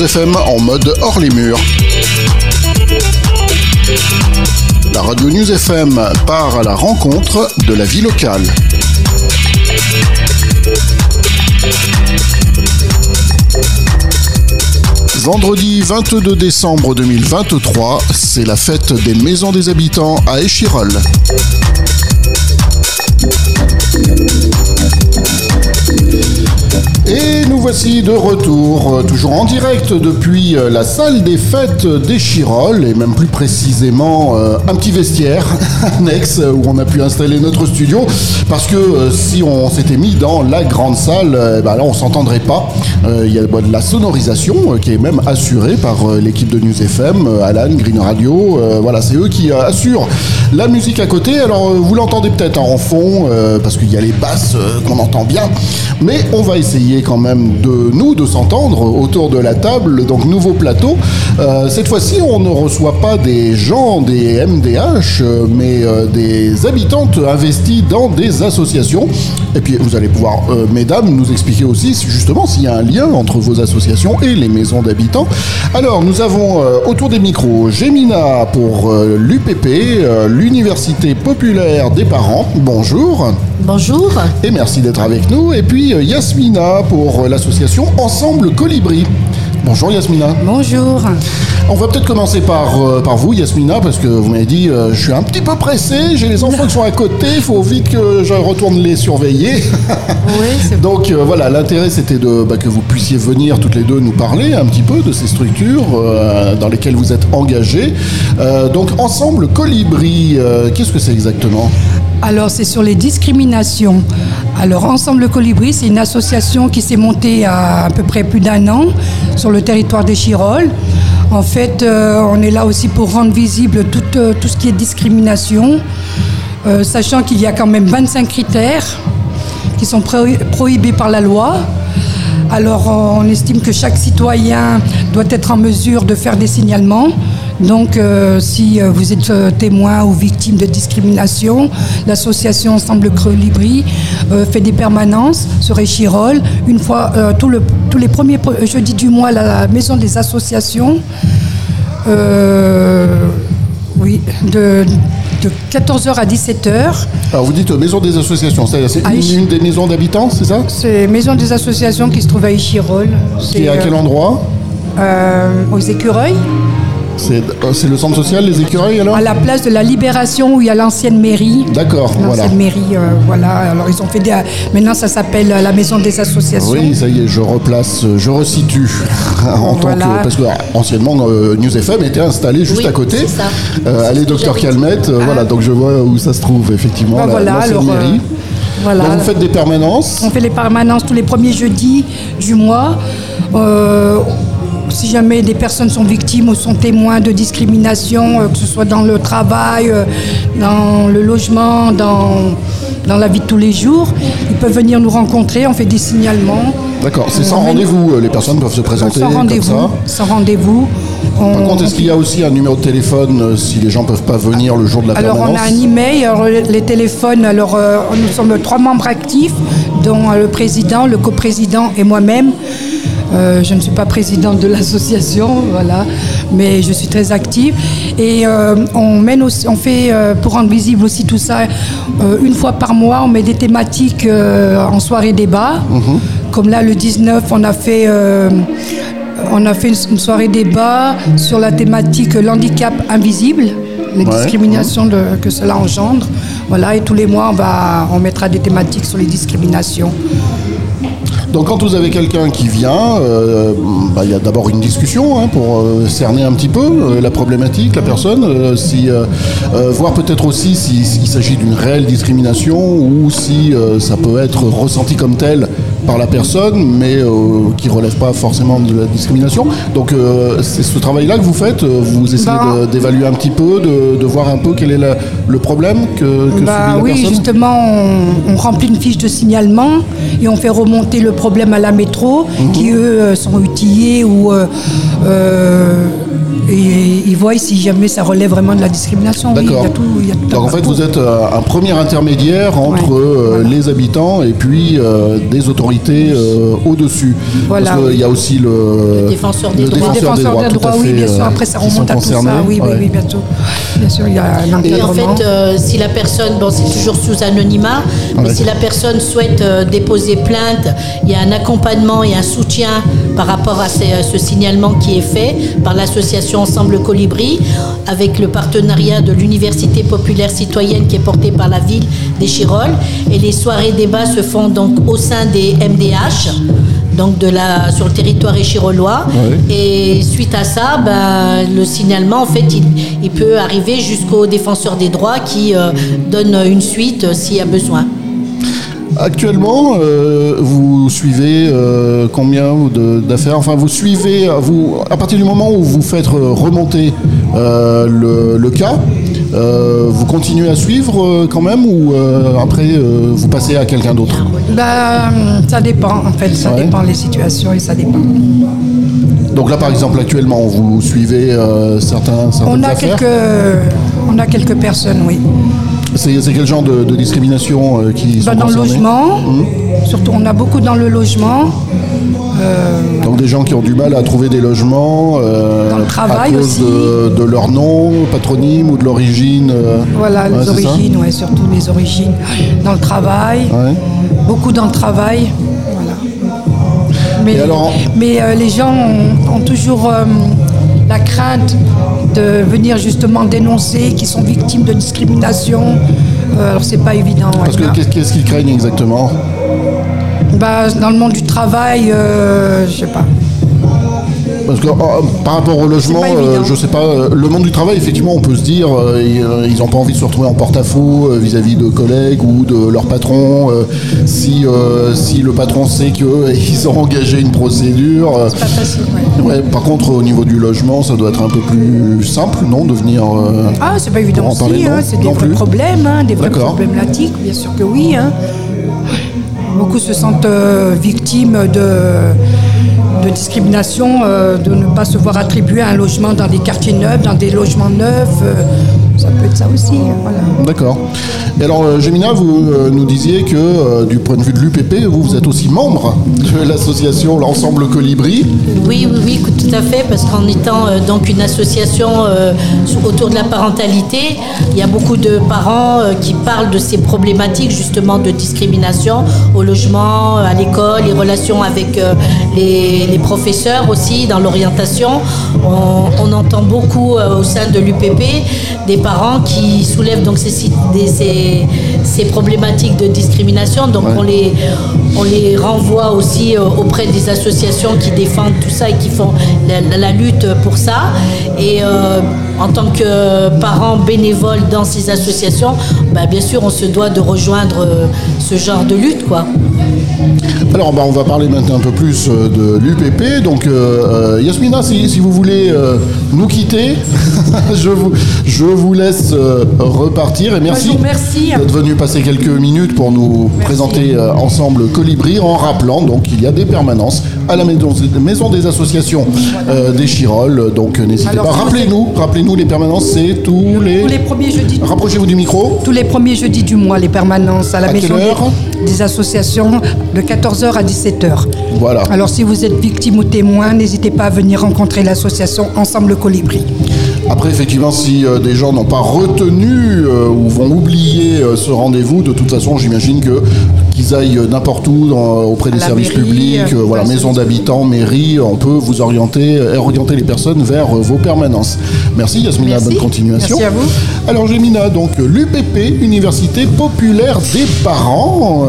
News FM en mode hors les murs. La radio News FM part à la rencontre de la vie locale. Vendredi 22 décembre 2023, c'est la fête des maisons des habitants à Échirolles. Et nous voici de retour, toujours en direct depuis la salle des fêtes d'Échirolles, et même plus précisément un petit vestiaire annexe où on a pu installer notre studio, parce que si on s'était mis dans la grande salle, là on s'entendrait pas. Il y a de la sonorisation qui est même assurée par l'équipe de News FM, Alan, Green Radio, voilà, c'est eux qui assurent la musique à côté. Alors vous l'entendez peut-être en fond, parce qu'il y a les basses qu'on entend bien, mais on va essayer quand même de s'entendre autour de la table. Donc nouveau plateau, cette fois-ci on ne reçoit pas des gens, des MDH, mais des habitantes investies dans des associations. Et puis vous allez pouvoir, mesdames, nous expliquer aussi justement s'il y a un lien entre vos associations et les maisons d'habitants. Alors nous avons autour des micros Gémina pour l'UPP, l'Université populaire des parents. Bonjour. Bonjour. Et merci d'être avec nous. Et puis Yasmina pour l'association Ensemble Colibri. Bonjour Yasmina. Bonjour. On va peut-être commencer par vous Yasmina, parce que vous m'avez dit je suis un petit peu pressé, j'ai les enfants qui sont à côté, il faut vite que je retourne les surveiller. Oui, c'est bon. Donc voilà, l'intérêt c'était que vous puissiez venir toutes les deux nous parler un petit peu de ces structures dans lesquelles vous êtes engagés. Donc Ensemble Colibri, qu'est-ce que c'est exactement ? Alors, c'est sur les discriminations. Alors, Ensemble Colibri, c'est une association qui s'est montée à peu près plus d'1 an sur le territoire d'Échirolles. En fait, on est là aussi pour rendre visible tout ce qui est discrimination, sachant qu'il y a quand même 25 critères qui sont prohibés par la loi. Alors, on estime que chaque citoyen doit être en mesure de faire des signalements. Donc, si vous êtes témoin ou victime de discrimination, l'association Ensemble Colibri fait des permanences sur Échirolles. Une fois, tous les premiers jeudis du mois, à la maison des associations, de 14h à 17h. Alors vous dites maison des associations, c'est une des maisons d'habitants, c'est ça ? C'est maison des associations qui se trouve à Échirolles. C'est à quel endroit ? Aux Écureuils. C'est le centre social, les Écureuils, alors ? À la place de la Libération, où il y a l'ancienne mairie. D'accord, voilà. L'ancienne mairie, voilà. Alors, ils ont fait maintenant, ça s'appelle la Maison des Associations. Oui, ça y est, je replace, je resitue. Parce que anciennement, News FM était installé juste à côté. C'est ça. Allez, Docteur Calmette, voilà, donc je vois où ça se trouve, effectivement, l'ancienne mairie. Voilà. Donc vous faites des permanences ? On fait les permanences tous les premiers jeudis du mois. Si jamais des personnes sont victimes ou sont témoins de discrimination, que ce soit dans le travail, dans le logement, dans la vie de tous les jours, ils peuvent venir nous rencontrer, on fait des signalements. D'accord, c'est sans rendez-vous, les personnes peuvent se présenter comme ça ? Sans rendez-vous. Par contre, est-ce qu'il y a aussi un numéro de téléphone si les gens ne peuvent pas venir le jour de la permanence ? Alors on a un email, les téléphones, nous sommes 3 membres actifs, dont le président, le coprésident et moi-même. Je ne suis pas présidente de l'association, voilà, mais je suis très active. Et on fait, pour rendre visible aussi tout ça, une fois par mois, on met des thématiques en soirée débat. Comme là, le 19, on a fait une soirée débat sur la thématique l'handicap invisible, les discriminations que cela engendre. Voilà, et tous les mois, on mettra des thématiques sur les discriminations. Donc quand vous avez quelqu'un qui vient, il y a d'abord une discussion pour cerner un petit peu la problématique, la personne, voir peut-être aussi s'il s'agit d'une réelle discrimination ou si ça peut être ressenti comme tel par la personne, mais qui ne relève pas forcément de la discrimination. Donc c'est ce travail-là que vous faites, vous essayez d'évaluer un petit peu, de voir un peu quel est le problème que subit la personne. Oui, justement, on remplit une fiche de signalement et on fait remonter le problème à la métro, qui eux sont outillés Et ils voient si jamais ça relève vraiment de la discrimination. D'accord. Oui, il y a tout Donc en fait, vous êtes un premier intermédiaire entre voilà. les habitants et puis des autorités au-dessus. Voilà. Parce qu'il y a aussi le défenseur des droits. Les défenseurs des droits, oui, bien sûr. Après, ça remonte à tout ça. Oui, bien sûr. Bien sûr, il y a un encadrement. Et en fait, si la personne, bon, c'est toujours sous anonymat, mais si la personne souhaite déposer plainte, il y a un accompagnement et un soutien par rapport à ce signalement qui est fait par l'association Ensemble Colibri, avec le partenariat de l'Université populaire citoyenne qui est portée par la ville d'Échirolles. Et les soirées débats se font donc au sein des MDH, donc sur le territoire échirollois. Et suite à ça, le signalement, en fait, il peut arriver jusqu'au défenseur des droits qui donne une suite s'il y a besoin. Actuellement, vous suivez combien d'affaires? Enfin, vous suivez, à partir du moment où vous faites remonter le cas, vous continuez à suivre quand même ou après vous passez à quelqu'un d'autre? Ça dépend, en fait, ça dépend les situations et ça dépend. Donc là, par exemple, actuellement, vous suivez certaines affaires? On a quelques personnes, oui. C'est quel genre de discrimination qui sont dans concernés? le logement, surtout on a beaucoup dans le logement. Donc des gens qui ont du mal à trouver des logements dans le travail à cause aussi. de leur nom, patronyme ou de l'origine. Voilà, les origines, surtout les origines. Dans le travail, beaucoup dans le travail. Voilà. Mais les gens ont toujours la crainte de venir justement dénoncer qu'ils sont victimes de discrimination. Alors c'est pas évident. Parce que qu'est-ce qu'ils craignent exactement? Dans le monde du travail, je sais pas. Parce que par rapport au logement, je sais pas, le monde du travail, effectivement, on peut se dire, ils n'ont pas envie de se retrouver en porte-à-faux vis-à-vis de collègues ou de leur patron. Si le patron sait qu'ils ont engagé une procédure. C'est pas facile, par contre, au niveau du logement, ça doit être un peu plus simple, non, de venir. C'est pas évident aussi, c'est des vrais problèmes, des vraies problématiques, bien sûr que oui. Beaucoup se sentent victimes de discrimination, de ne pas se voir attribuer un logement dans des quartiers neufs, dans des logements neufs. Ça peut être ça aussi. Voilà. D'accord. Et alors, Gémina, vous nous disiez que du point de vue de l'UPP, vous êtes aussi membre de l'association L'Ensemble Colibri. Oui, tout à fait, parce qu'en étant donc une association autour de la parentalité, il y a beaucoup de parents qui parlent de ces problématiques justement de discrimination au logement, à l'école, les relations avec les professeurs aussi dans l'orientation. On entend beaucoup au sein de l'UPP des parents qui soulèvent donc ces problématiques de discrimination. Donc on les renvoie aussi auprès des associations qui défendent tout ça et qui font la lutte pour ça. Et en tant que parents bénévoles dans ces associations, bien sûr on se doit de rejoindre ce genre de lutte, quoi. Alors on va parler maintenant un peu plus de l'UPP. Donc Yasmina, si vous voulez nous quitter, je vous laisse repartir et merci d'être venu passer quelques minutes pour nous présenter Ensemble Colibri, en rappelant donc qu'il y a des permanences à la maison des associations d'Échirolles. Donc n'hésitez pas. Rappelez-nous les permanences, c'est tous les premiers jeudis. Rapprochez-vous du micro. Tous les premiers jeudis du mois, les permanences à la maison des associations de 14h à 17h. Voilà. Alors si vous êtes victime ou témoin, n'hésitez pas à venir rencontrer l'association Ensemble Colibri. Après, effectivement, si des gens n'ont pas retenu ou vont oublier ce rendez-vous, de toute façon, j'imagine qu'ils aillent n'importe où auprès des services publics, maison d'habitants, mairie, on peut vous orienter les personnes vers vos permanences. Merci Yasmina, bonne continuation. Merci à vous. Alors Gémina, donc l'UPP, Université populaire des parents,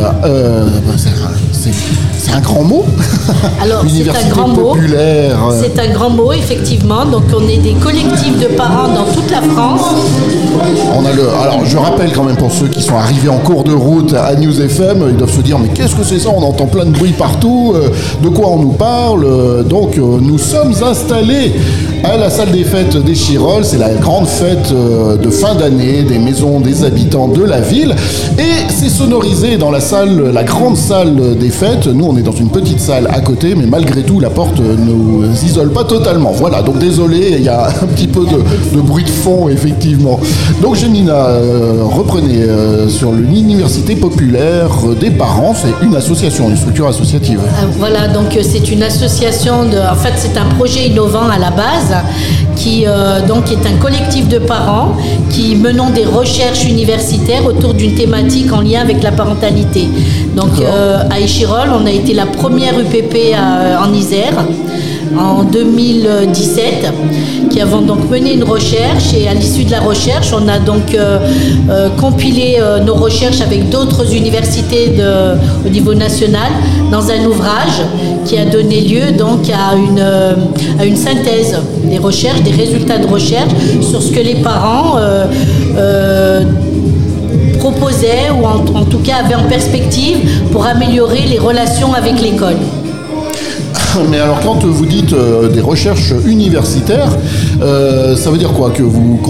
c'est un grand mot. Alors c'est un grand mot. C'est un grand mot, effectivement. Donc on est des collectifs de parents dans toute la France. Alors je rappelle quand même pour ceux qui sont arrivés en cours de route à News FM, ils doivent se dire mais qu'est-ce que c'est ça? On entend plein de bruit partout. De quoi on nous parle? Donc nous sommes installés à la salle des fêtes d'Échirolles. C'est la grande fête de fin d'année des maisons des habitants de la ville. Et c'est sonorisé dans la salle, la grande salle des fêtes. Nous, on est dans une petite salle à côté, mais malgré tout, la porte ne nous isole pas totalement. Voilà, donc désolé, il y a un petit peu de bruit de fond, effectivement. Donc, Janina, reprenez sur l'Université populaire des parents. C'est une association, une structure associative. Voilà, donc c'est une association, en fait, c'est un projet innovant à la base qui donc est un collectif de parents qui menons des recherches universitaires autour d'une thématique en lien avec la parentalité. Donc à Échirolles, on a été la première UPP en Isère en 2017, qui avons donc mené une recherche, et à l'issue de la recherche, on a donc compilé nos recherches avec d'autres universités au niveau national dans un ouvrage qui a donné lieu donc à une synthèse des recherches, des résultats de recherche sur ce que les parents proposaient ou en tout cas avaient en perspective pour améliorer les relations avec l'école. Mais alors, quand vous dites des recherches universitaires, ça veut dire quoi? Que vous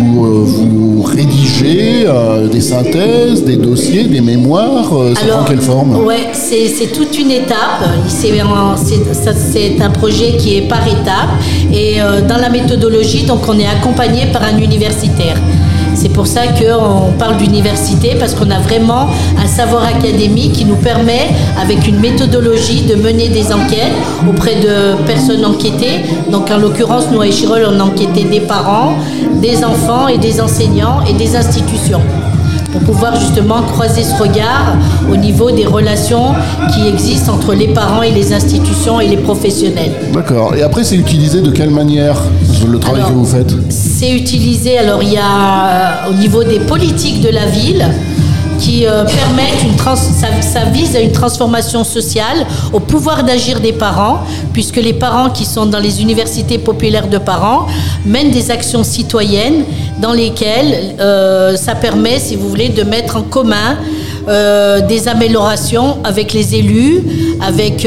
rédigez des synthèses, des dossiers, des mémoires? Ça prend quelle forme? Ouais, c'est toute une étape. C'est un projet qui est par étape. Et dans la méthodologie, donc, on est accompagné par un universitaire. C'est pour ça qu'on parle d'université, parce qu'on a vraiment un savoir académique qui nous permet, avec une méthodologie, de mener des enquêtes auprès de personnes enquêtées. Donc en l'occurrence, nous à Échirolles, on a enquêté des parents, des enfants et des enseignants et des institutions, pour pouvoir justement croiser ce regard au niveau des relations qui existent entre les parents et les institutions et les professionnels. D'accord. Et après, c'est utilisé de quelle manière, le travail que vous faites? C'est utilisé, alors il y a au niveau des politiques de la ville qui permettent, ça vise à une transformation sociale, au pouvoir d'agir des parents, puisque les parents qui sont dans les universités populaires de parents mènent des actions citoyennes dans lesquelles ça permet, si vous voulez, de mettre en commun des améliorations avec les élus, avec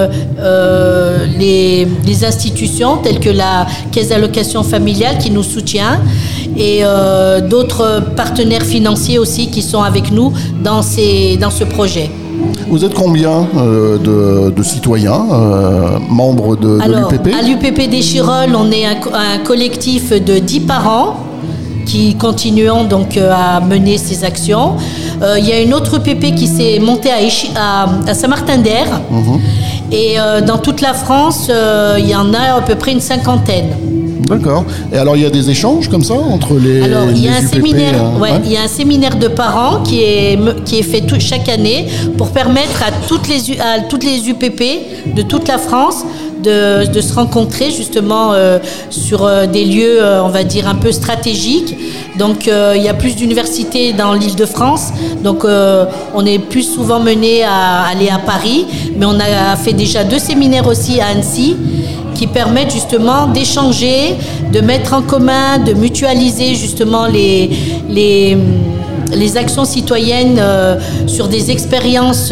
les institutions telles que la Caisse d'allocation familiale qui nous soutient, et d'autres partenaires financiers aussi qui sont avec nous dans ce projet. Vous êtes combien de citoyens, membres de l'UPP? À l'UPP d'Échirolles, on est un collectif de 10 parents qui continuons donc à mener ces actions. Il y a une autre UPP qui s'est montée à Saint-Martin-d'Air. Et dans toute la France, il y en a à peu près une cinquantaine. D'accord. Et alors, il y a des échanges comme ça entre les il y a un UPP, séminaire, il y a un séminaire de parents qui est fait chaque année pour permettre à toutes les UPP de toute la France de se rencontrer justement sur des lieux, on va dire, un peu stratégiques. Donc, il y a plus d'universités dans l'Île-de-France. Donc, on est plus souvent mené à aller à Paris. Mais on a fait déjà 2 séminaires aussi à Annecy qui permettent justement d'échanger, de mettre en commun, de mutualiser justement les actions citoyennes sur des expériences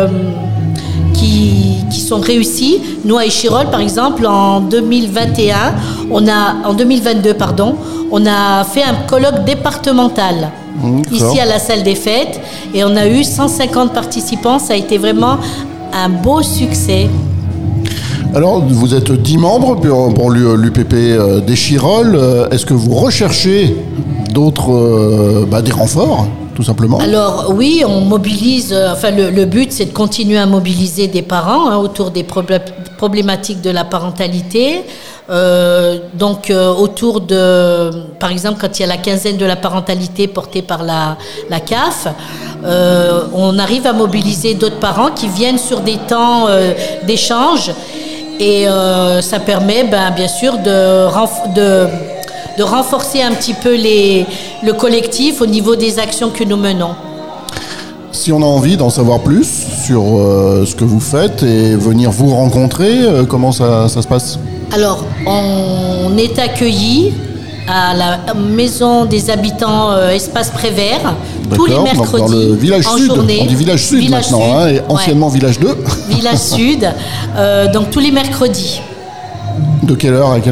qui sont réussies. Nous, à Échirolles, par exemple, en 2022, on a fait un colloque départemental ici à la salle des fêtes, et on a eu 150 participants. Ça a été vraiment un beau succès. Alors, vous êtes 10 membres pour l'UPP d'Échirolles. Est-ce que vous recherchez d'autres, des renforts, tout simplement? Alors oui, on mobilise, le but c'est de continuer à mobiliser des parents autour des problématiques de la parentalité. Autour de, par exemple, quand il y a la quinzaine de la parentalité portée par la CAF, on arrive à mobiliser d'autres parents qui viennent sur des temps d'échange, et ça permet bien sûr de renforcer un petit peu le collectif au niveau des actions que nous menons. Si on a envie d'en savoir plus sur ce que vous faites et venir vous rencontrer, comment ça se passe? Alors, on est accueillis à la maison des habitants Espace Prévert tous les mercredis, dans le village en sud. Journée. On dit village sud maintenant, et anciennement village 2. Village sud, donc tous les mercredis. De quelle heure à quelle heure?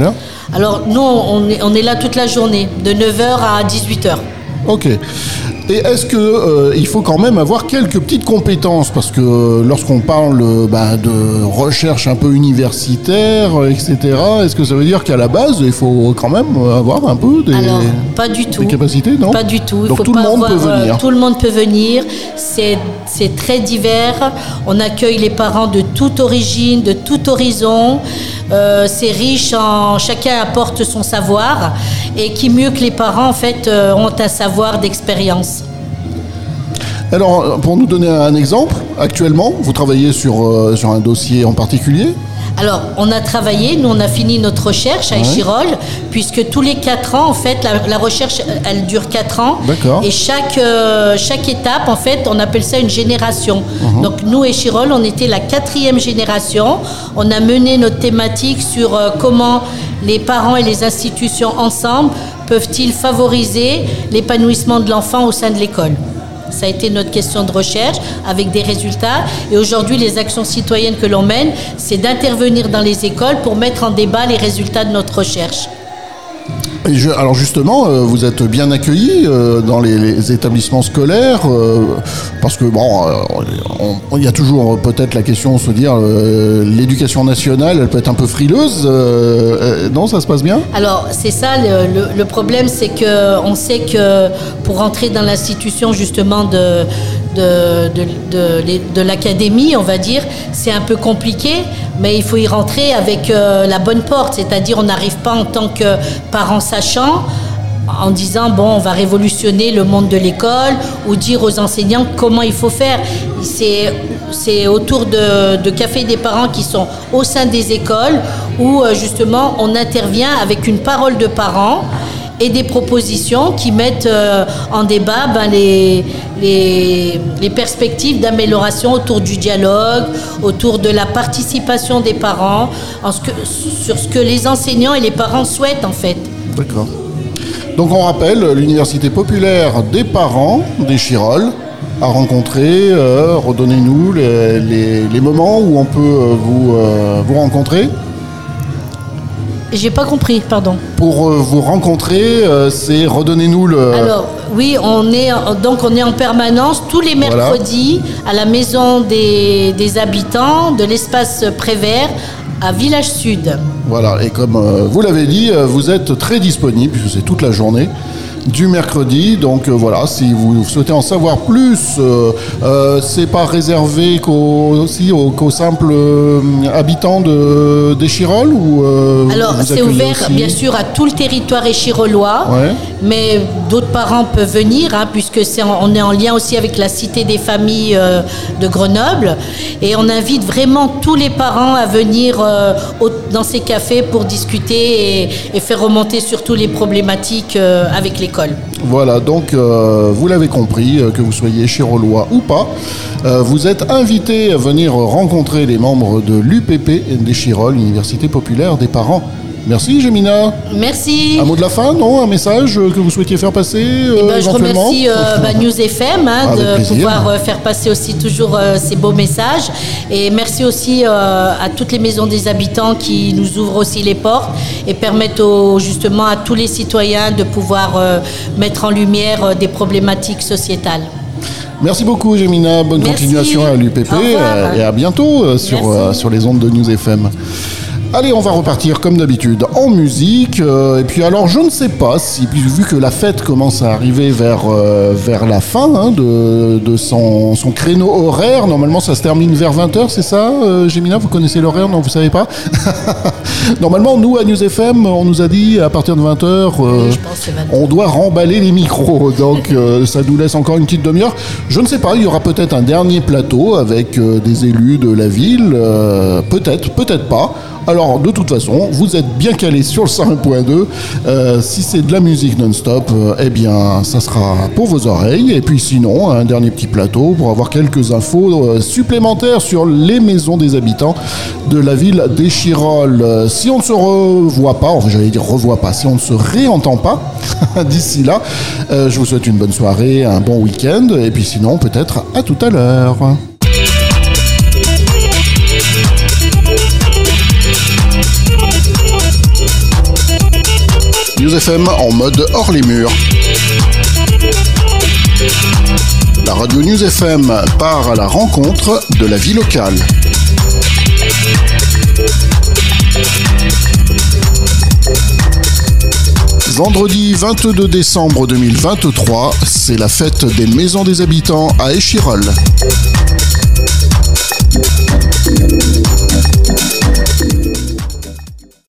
Alors nous, on est là toute la journée, de 9h à 18h. Ok. Et est-ce que il faut quand même avoir quelques petites compétences, parce que lorsqu'on parle de recherche un peu universitaire, etc., est-ce que ça veut dire qu'à la base il faut quand même avoir un peu Alors, pas du tout. Des capacités, non? Pas du tout. Donc tout le monde peut venir. Tout le monde peut venir. C'est très divers. On accueille les parents de toute origine, de tout horizon. C'est riche, chacun apporte son savoir, et qui mieux que les parents en fait ont un savoir d'expérience. Alors, pour nous donner un exemple, actuellement, vous travaillez sur un dossier en particulier? Alors, on a travaillé, nous on a fini notre recherche à Échirolles, puisque tous les 4 ans, en fait, la recherche, elle dure 4 ans. D'accord. Et chaque étape, en fait, on appelle ça une génération. Donc, nous, Échirolles, on était la 4e génération. On a mené notre thématique sur comment les parents et les institutions ensemble peuvent-ils favoriser l'épanouissement de l'enfant au sein de l'école. Ça a été notre question de recherche avec des résultats. Et aujourd'hui, les actions citoyennes que l'on mène, c'est d'intervenir dans les écoles pour mettre en débat les résultats de notre recherche. Alors justement, vous êtes bien accueillis dans les établissements scolaires, parce que il y a toujours peut-être la question de se dire l'éducation nationale, elle peut être un peu frileuse. Non, ça se passe bien? Alors c'est ça le problème, c'est que on sait que pour rentrer dans l'institution justement de l'académie, on va dire, c'est un peu compliqué, mais il faut y rentrer avec la bonne porte, c'est-à-dire on n'arrive pas en tant que parent sachant en disant on va révolutionner le monde de l'école ou dire aux enseignants comment il faut faire. C'est autour de cafés des parents qui sont au sein des écoles où justement on intervient avec une parole de parents et des propositions qui mettent en débat les perspectives d'amélioration autour du dialogue, autour de la participation des parents, sur ce que les enseignants et les parents souhaitent en fait. D'accord. Donc on rappelle, l'Université populaire des parents d'Échirolles a rencontré, redonnez-nous les moments où on peut vous rencontrer. J'ai pas compris, pardon. Pour vous rencontrer, c'est redonnez-nous le... Alors, oui, on est en permanence tous les mercredis à la maison des habitants de l'espace Prévert à Village Sud. Voilà, et comme vous l'avez dit, vous êtes très disponible, puisque c'est toute la journée du mercredi, donc voilà, si vous souhaitez en savoir plus, c'est pas réservé qu'aux simples habitants d'Échirolles ou alors c'est ouvert aussi, bien sûr, à tout le territoire échirollois, mais d'autres parents peuvent venir, puisque on est en lien aussi avec la Cité des familles de Grenoble, et on invite vraiment tous les parents à venir dans ces cafés pour discuter et faire remonter surtout les problématiques avec l'école. Voilà, donc vous l'avez compris, que vous soyez échirollois ou pas, vous êtes invités à venir rencontrer les membres de l'UPP d'Échirolles, l'Université populaire des parents. Merci Gémina. Merci. Un mot de la fin, non? Un message que vous souhaitiez faire passer je remercie News FM de pouvoir faire passer aussi toujours ces beaux messages. Et merci aussi à toutes les maisons des habitants qui nous ouvrent aussi les portes et permettent justement à tous les citoyens de pouvoir mettre en lumière des problématiques sociétales. Merci beaucoup Gémina, bonne continuation à l'UPP et à bientôt sur les ondes de News FM. Allez, on va repartir comme d'habitude en musique. Et puis alors, je ne sais pas si, vu que la fête commence à arriver vers la fin de son créneau horaire, normalement ça se termine vers 20h, c'est ça Gémina, vous connaissez l'horaire? Non, vous savez pas? Normalement, nous, à News FM, on nous a dit à partir de 20h, on doit remballer les micros. Donc, ça nous laisse encore une petite demi-heure. Je ne sais pas, il y aura peut-être un dernier plateau avec des élus de la ville. Peut-être pas. Alors, de toute façon, vous êtes bien calés sur le 101.2. Si c'est de la musique non-stop, eh bien, ça sera pour vos oreilles. Et puis sinon, un dernier petit plateau pour avoir quelques infos supplémentaires sur les maisons des habitants de la ville d'Échirolles. Si on ne se revoit pas, enfin j'allais dire revoit pas, si on ne se réentend pas d'ici là, je vous souhaite une bonne soirée, un bon week-end. Et puis sinon, peut-être à tout à l'heure. News FM en mode hors les murs. La radio News FM part à la rencontre de la vie locale. Vendredi 22 décembre 2023, c'est la fête des maisons des habitants à Échirolles.